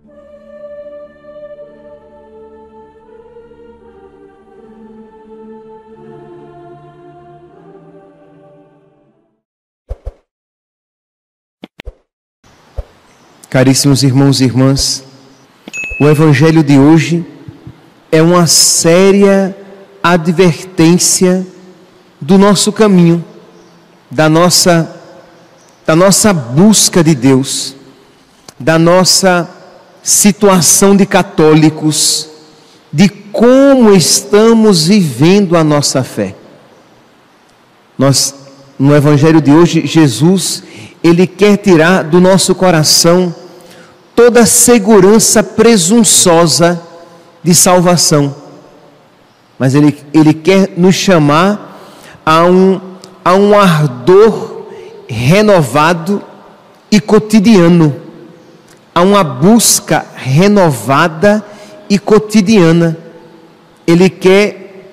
Caríssimos irmãos e irmãs, o Evangelho de hoje é uma séria advertência do nosso caminho, da nossa busca de Deus, da nossa situação de católicos, de como estamos vivendo a nossa fé. No Evangelho de hoje, Jesus, Ele quer tirar do nosso coração toda a segurança presunçosa de salvação, mas Ele quer nos chamar a um ardor renovado e cotidiano, a uma busca renovada e cotidiana. Ele quer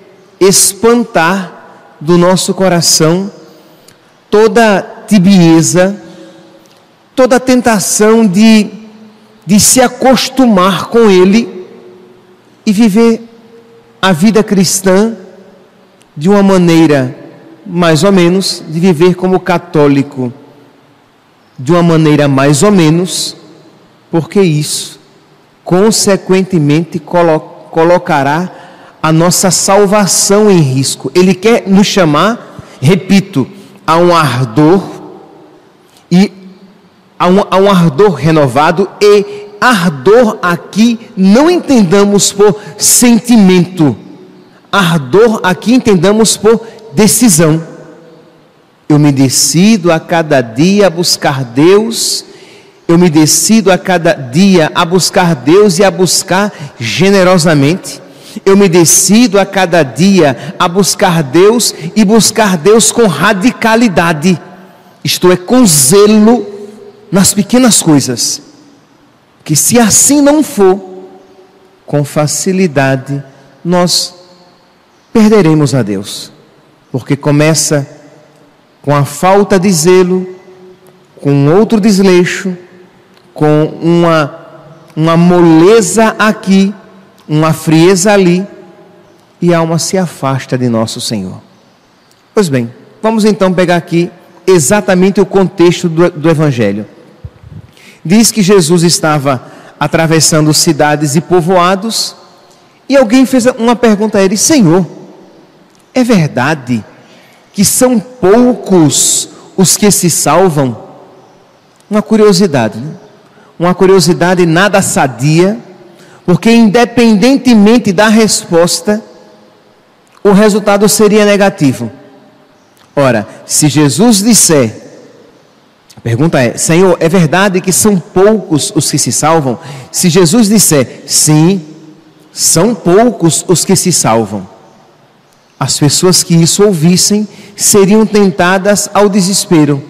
espantar do nosso coração toda tibieza, toda tentação de se acostumar com Ele e viver a vida cristã de uma maneira, mais ou menos, de viver como católico, de uma maneira mais ou menos, porque isso, consequentemente, colocará a nossa salvação em risco. Ele quer nos chamar, repito, a um ardor e a um ardor renovado, e ardor aqui não entendamos por sentimento, ardor aqui entendamos por decisão. Eu me decido a cada dia a buscar Deus, eu me decido a cada dia a buscar Deus e a buscar generosamente. Eu me decido a cada dia a buscar Deus e buscar Deus com radicalidade, isto é, com zelo nas pequenas coisas, que se assim não for, com facilidade nós perderemos a Deus, porque começa com a falta de zelo, com outro desleixo, com uma moleza aqui, uma frieza ali, e a alma se afasta de nosso Senhor. Pois bem, vamos então pegar aqui exatamente o contexto do Evangelho. Diz que Jesus estava atravessando cidades e povoados, e alguém fez uma pergunta a ele: Senhor, é verdade que são poucos os que se salvam? Uma curiosidade, né? Uma curiosidade nada sadia, porque independentemente da resposta, o resultado seria negativo. Ora, se Jesus disser, a pergunta é: Senhor, é verdade que são poucos os que se salvam? Se Jesus disser, sim, são poucos os que se salvam, as pessoas que isso ouvissem seriam tentadas ao desespero.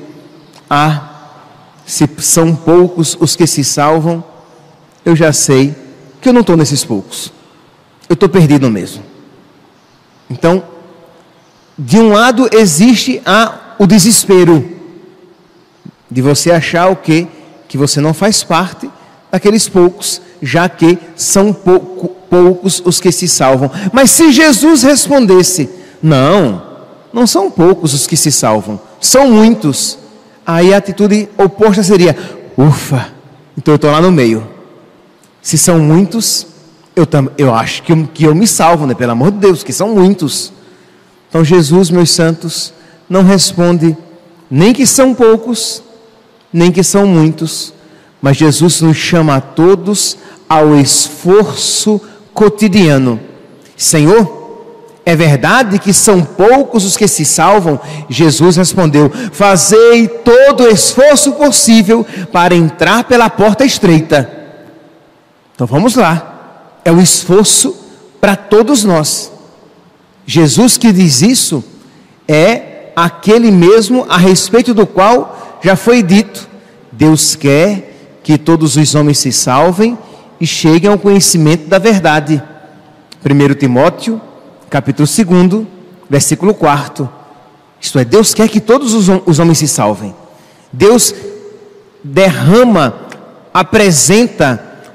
Se são poucos os que se salvam, eu já sei que eu não estou nesses poucos, eu estou perdido mesmo. Então, de um lado existe o desespero de você achar o quê? Que você não faz parte daqueles poucos, já que são poucos os que se salvam. Mas se Jesus respondesse, não são poucos os que se salvam, são muitos, aí a atitude oposta seria: ufa, então eu estou lá no meio. Se são muitos, eu acho que eu me salvo, né? Pelo amor de Deus, que são muitos. Então Jesus, meus santos, não responde nem que são poucos, nem que são muitos, mas Jesus nos chama a todos ao esforço cotidiano. Senhor, é verdade que são poucos os que se salvam? Jesus respondeu: fazei todo o esforço possível para entrar pela porta estreita. Então vamos lá, é o esforço para todos nós. Jesus que diz isso é aquele mesmo a respeito do qual já foi dito: Deus quer que todos os homens se salvem e cheguem ao conhecimento da verdade. 1 Timóteo, capítulo 2, versículo 4. Isto é, Deus quer que todos os homens se salvem. Deus derrama, apresenta,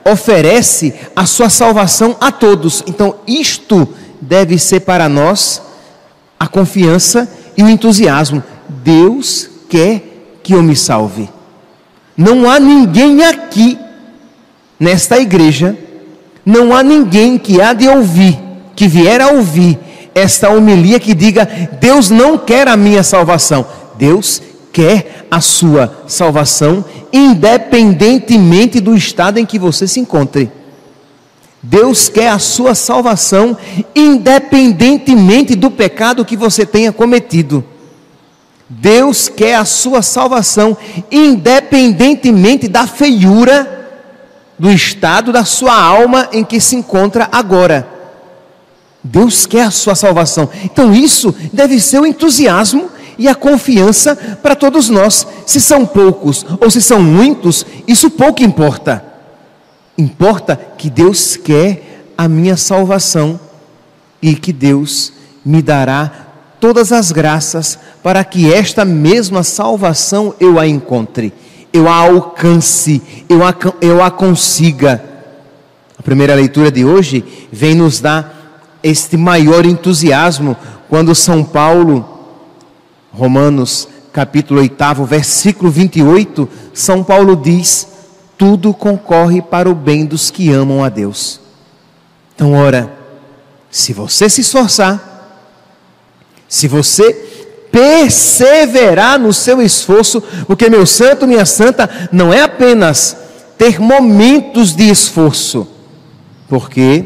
oferece a sua salvação a todos. Então, isto deve ser para nós a confiança e o entusiasmo. Deus quer que eu me salve. Não há ninguém aqui, nesta igreja, não há ninguém que há de ouvir, que vier a ouvir esta homilia que diga: Deus não quer a minha salvação. Deus quer a sua salvação, independentemente do estado em que você se encontre. Deus quer a sua salvação, independentemente do pecado que você tenha cometido. Deus quer a sua salvação, independentemente da feiura do estado da sua alma em que se encontra agora. Deus quer a sua salvação. Então isso deve ser o entusiasmo e a confiança para todos nós. Se são poucos ou se são muitos, isso pouco importa. Importa que Deus quer a minha salvação e que Deus me dará todas as graças para que esta mesma salvação eu a encontre, eu a alcance, eu a consiga. A primeira leitura de hoje vem nos dar este maior entusiasmo quando São Paulo, Romanos capítulo 8, versículo 28, São Paulo diz: tudo concorre para o bem dos que amam a Deus. Então, ora, se você se esforçar, se você perseverar no seu esforço, porque, meu santo, minha santa, não é apenas ter momentos de esforço, porque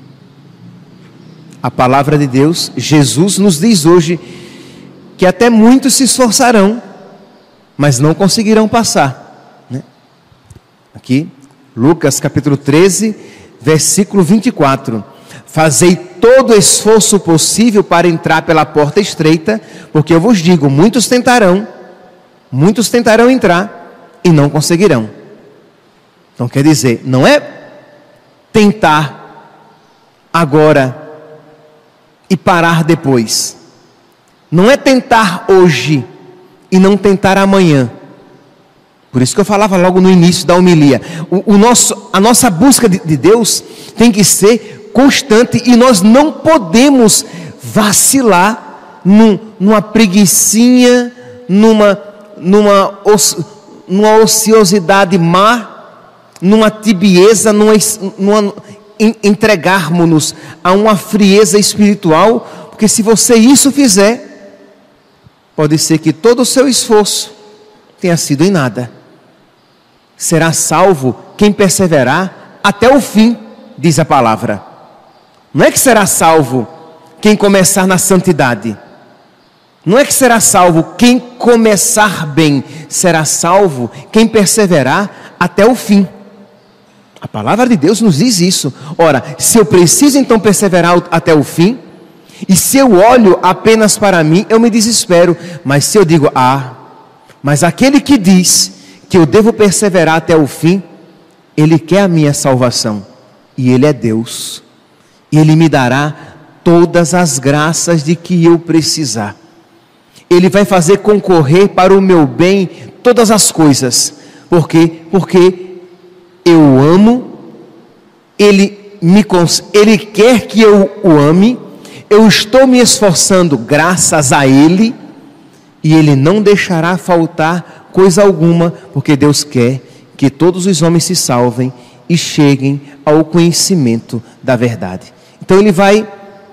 a palavra de Deus, Jesus nos diz hoje que até muitos se esforçarão, mas não conseguirão passar, né? Aqui, Lucas capítulo 13, versículo 24: fazei todo o esforço possível para entrar pela porta estreita, porque eu vos digo, muitos tentarão entrar e não conseguirão. Então quer dizer, não é tentar agora e parar depois. Não é tentar hoje e não tentar amanhã. Por isso que eu falava logo no início da homilia. A nossa busca de Deus tem que ser constante e nós não podemos vacilar numa preguicinha, numa ociosidade má, numa tibieza, entregarmos-nos a uma frieza espiritual, porque se você isso fizer, pode ser que todo o seu esforço tenha sido em nada. Será salvo quem perseverar até o fim, diz a palavra. Não é que será salvo quem começar na santidade. Não é que será salvo quem começar bem. Será salvo quem perseverar até o fim. A palavra de Deus nos diz isso. Ora, se eu preciso então perseverar até o fim, e se eu olho apenas para mim, eu me desespero. Mas se eu digo, mas aquele que diz que eu devo perseverar até o fim, Ele quer a minha salvação, e Ele é Deus, e Ele me dará todas as graças de que eu precisar. Ele vai fazer concorrer para o meu bem todas as coisas. Por quê? Porque eu amo, Ele quer que eu o ame, eu estou me esforçando graças a Ele, e Ele não deixará faltar coisa alguma, porque Deus quer que todos os homens se salvem e cheguem ao conhecimento da verdade. Então Ele vai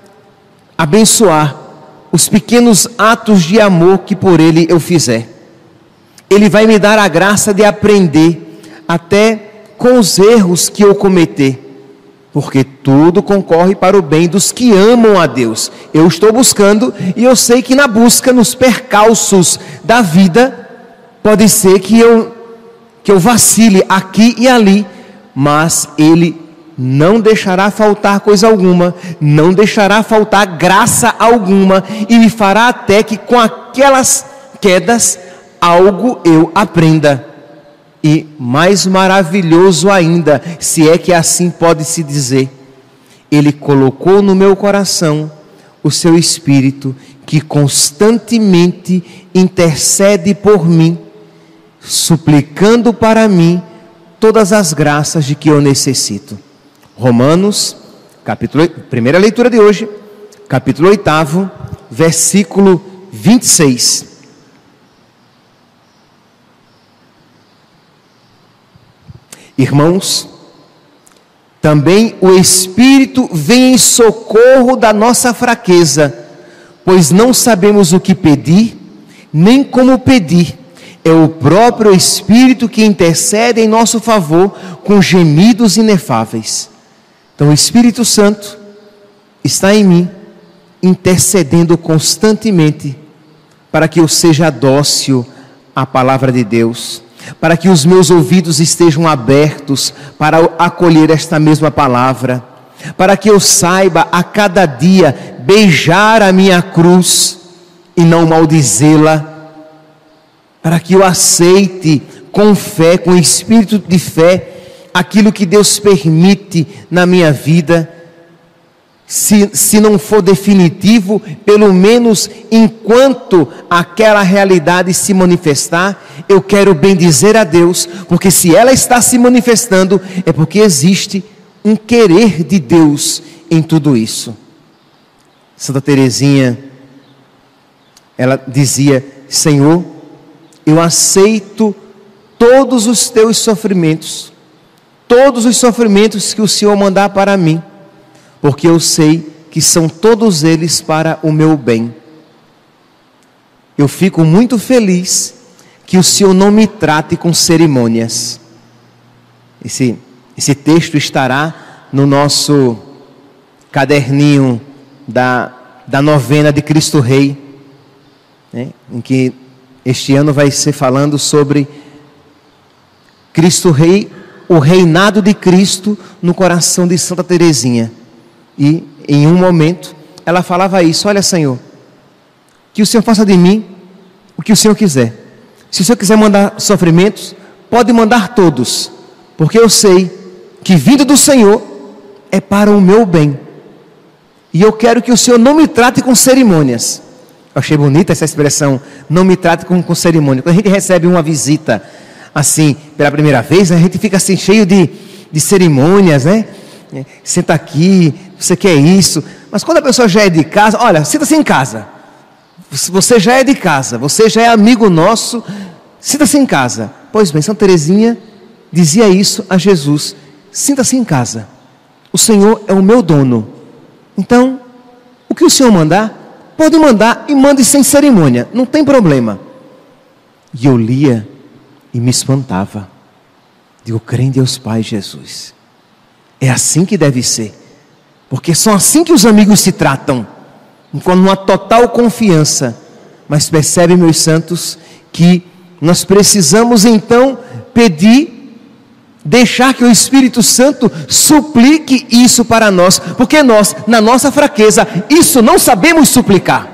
abençoar os pequenos atos de amor que por Ele eu fizer. Ele vai me dar a graça de aprender até com os erros que eu cometer, porque tudo concorre para o bem dos que amam a Deus. Eu estou buscando, e eu sei que na busca, nos percalços da vida, pode ser que eu vacile aqui e ali, mas Ele não deixará faltar coisa alguma, não deixará faltar graça alguma, e me fará até que com aquelas quedas algo eu aprenda. E mais maravilhoso ainda, se é que assim pode se dizer, Ele colocou no meu coração o seu Espírito, que constantemente intercede por mim, suplicando para mim todas as graças de que eu necessito. Romanos, primeira leitura de hoje, capítulo 8, versículo 26. Irmãos, também o Espírito vem em socorro da nossa fraqueza, pois não sabemos o que pedir, nem como pedir. É o próprio Espírito que intercede em nosso favor com gemidos inefáveis. Então o Espírito Santo está em mim, intercedendo constantemente para que eu seja dócil à palavra de Deus, para que os meus ouvidos estejam abertos para acolher esta mesma palavra, para que eu saiba a cada dia beijar a minha cruz e não maldizê-la, para que eu aceite com fé, com espírito de fé, aquilo que Deus permite na minha vida. Se não for definitivo, pelo menos enquanto aquela realidade se manifestar, eu quero bendizer a Deus, porque se ela está se manifestando, é porque existe um querer de Deus em tudo isso. Santa Teresinha, ela dizia: Senhor, eu aceito todos os teus sofrimentos, todos os sofrimentos que o Senhor mandar para mim, porque eu sei que são todos eles para o meu bem. Eu fico muito feliz que o Senhor não me trate com cerimônias. Esse texto estará no nosso caderninho da novena de Cristo Rei, né, em que este ano vai ser falando sobre Cristo Rei, o reinado de Cristo no coração de Santa Teresinha. E em um momento ela falava isso: olha, Senhor, que o Senhor faça de mim o que o Senhor quiser. Se o Senhor quiser mandar sofrimentos, pode mandar todos, porque eu sei que vindo do Senhor é para o meu bem, e eu quero que o Senhor não me trate com cerimônias. Eu achei bonita essa expressão, não me trate com cerimônia. Quando a gente recebe uma visita assim pela primeira vez, a gente fica assim cheio de cerimônias, né? Senta aqui, você quer isso. Mas quando a pessoa já é de casa, olha, sinta-se em casa. Você já é de casa, você já é amigo nosso, sinta-se em casa. Pois bem, Santa Teresinha dizia isso a Jesus: sinta-se em casa, o Senhor é o meu dono. Então, o que o Senhor mandar, pode mandar, e mande sem cerimônia, não tem problema. E eu lia e me espantava. Digo, crê em Deus Pai, Jesus. É assim que deve ser, porque são assim que os amigos se tratam, com uma total confiança. Mas percebe, meus santos, que nós precisamos então pedir, deixar que o Espírito Santo suplique isso para nós, porque nós, na nossa fraqueza, isso não sabemos suplicar.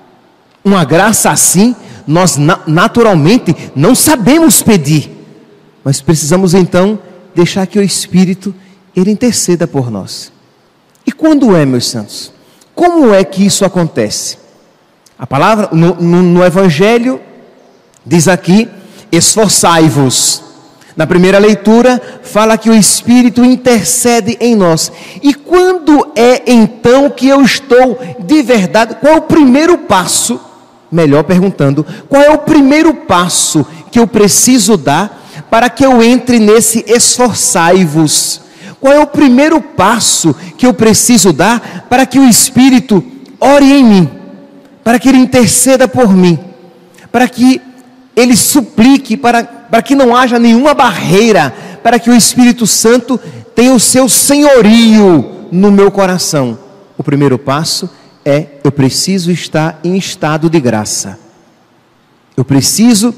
Uma graça assim, nós naturalmente não sabemos pedir, mas precisamos então deixar que o Espírito, ele interceda por nós. E quando é, meus santos? Como é que isso acontece? A palavra no Evangelho diz aqui: esforçai-vos. Na primeira leitura fala que o Espírito intercede em nós. E quando é então que eu estou de verdade? Qual é o primeiro passo? Melhor perguntando, qual é o primeiro passo que eu preciso dar para que eu entre nesse esforçai-vos? Qual é o primeiro passo que eu preciso dar para que o Espírito ore em mim, para que Ele interceda por mim, para que Ele suplique, para que não haja nenhuma barreira, para que o Espírito Santo tenha o seu senhorio no meu coração? O primeiro passo é: eu preciso estar em estado de graça. Eu preciso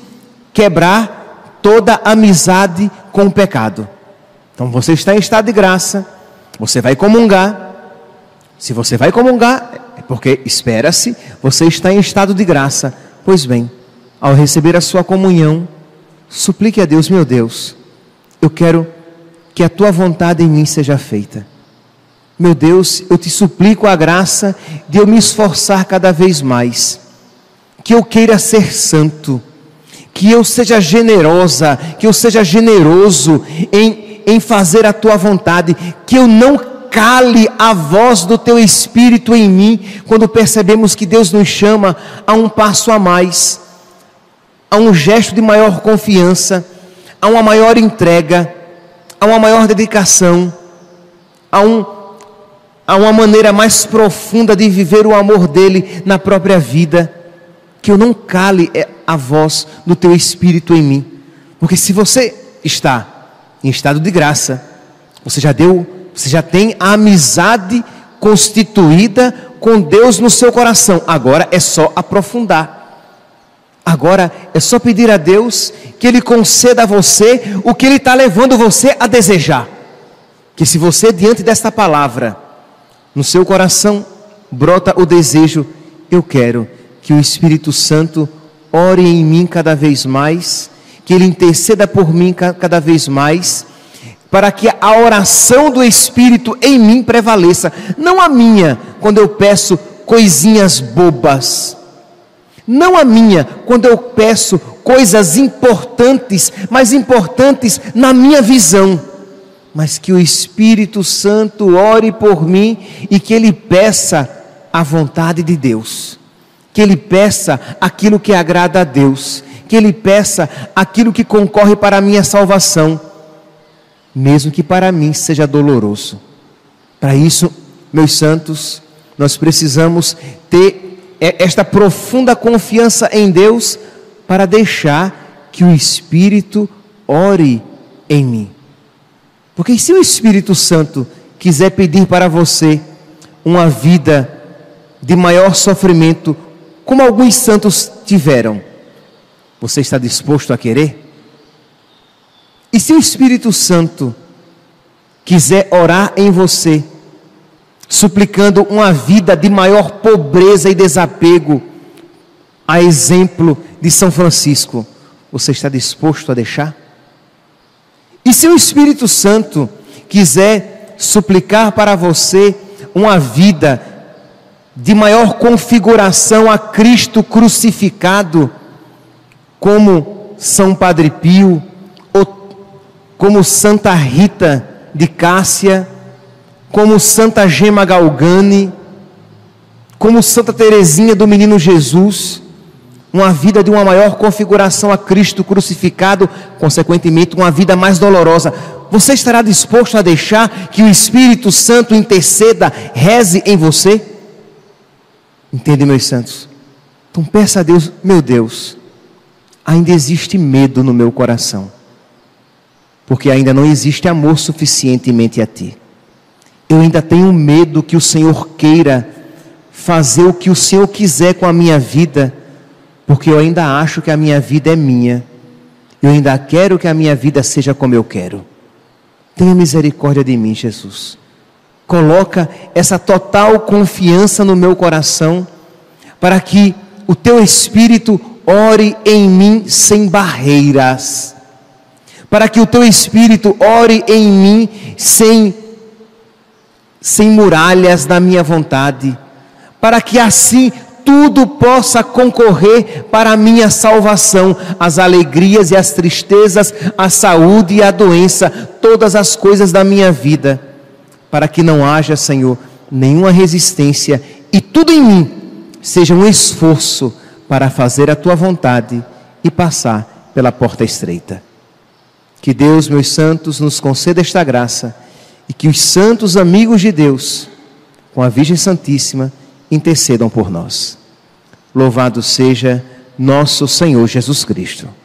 quebrar toda amizade com o pecado. Então você está em estado de graça, você vai comungar. Se você vai comungar, é porque, espera-se, você está em estado de graça. Pois bem, ao receber a sua comunhão, suplique a Deus: meu Deus, eu quero que a tua vontade em mim seja feita. Meu Deus, eu te suplico a graça de eu me esforçar cada vez mais, que eu queira ser santo, que eu seja generosa, que eu seja generoso em fazer a tua vontade, que eu não cale a voz do teu Espírito em mim, quando percebemos que Deus nos chama a um passo a mais, a um gesto de maior confiança, a uma maior entrega, a uma maior dedicação, a uma maneira mais profunda de viver o amor dele na própria vida. Que eu não cale a voz do teu Espírito em mim, porque se você está em estado de graça, você já tem a amizade constituída com Deus no seu coração. Agora é só aprofundar. Agora é só pedir a Deus que Ele conceda a você o que Ele está levando você a desejar. Que se você, diante desta palavra, no seu coração brota o desejo, eu quero que o Espírito Santo ore em mim cada vez mais, que Ele interceda por mim cada vez mais, para que a oração do Espírito em mim prevaleça, não a minha, quando eu peço coisinhas bobas, não a minha, quando eu peço coisas importantes, mas importantes na minha visão, mas que o Espírito Santo ore por mim e que Ele peça a vontade de Deus, que Ele peça aquilo que agrada a Deus, que Ele peça aquilo que concorre para a minha salvação, mesmo que para mim seja doloroso. Para isso, meus santos, nós precisamos ter esta profunda confiança em Deus, para deixar que o Espírito ore em mim. Porque se o Espírito Santo quiser pedir para você uma vida de maior sofrimento, como alguns santos tiveram, você está disposto a querer? E se o Espírito Santo quiser orar em você, suplicando uma vida de maior pobreza e desapego, a exemplo de São Francisco, você está disposto a deixar? E se o Espírito Santo quiser suplicar para você uma vida de maior configuração a Cristo crucificado, como São Padre Pio, ou como Santa Rita de Cássia, como Santa Gema Galgani, como Santa Teresinha do Menino Jesus, uma vida de uma maior configuração a Cristo crucificado, consequentemente uma vida mais dolorosa, você estará disposto a deixar que o Espírito Santo interceda, reze em você? Entende, meus santos? Então peça a Deus: meu Deus, ainda existe medo no meu coração, porque ainda não existe amor suficientemente a Ti. Eu ainda tenho medo que o Senhor queira fazer o que o Senhor quiser com a minha vida, porque eu ainda acho que a minha vida é minha. Eu ainda quero que a minha vida seja como eu quero. Tenha misericórdia de mim, Jesus. Coloca essa total confiança no meu coração, para que o Teu Espírito ore em mim sem barreiras, para que o Teu Espírito ore em mim sem muralhas da minha vontade, para que assim tudo possa concorrer para a minha salvação, as alegrias e as tristezas, a saúde e a doença, todas as coisas da minha vida, para que não haja, Senhor, nenhuma resistência, e tudo em mim seja um esforço para fazer a Tua vontade e passar pela porta estreita. Que Deus, meus santos, nos conceda esta graça, e que os santos amigos de Deus, com a Virgem Santíssima, intercedam por nós. Louvado seja nosso Senhor Jesus Cristo.